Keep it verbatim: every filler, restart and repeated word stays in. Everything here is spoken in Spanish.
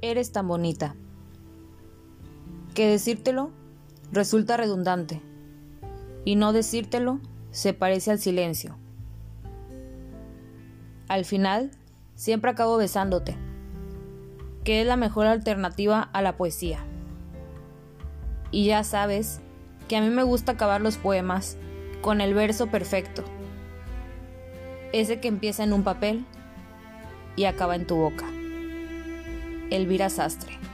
eres tan bonita, que decírtelo resulta redundante, y no decírtelo se parece al silencio. Al final, siempre acabo besándote, que es la mejor alternativa a la poesía. Y ya sabes que a mí me gusta acabar los poemas con el verso perfecto, ese que empieza en un papel y acaba en tu boca. Elvira Sastre.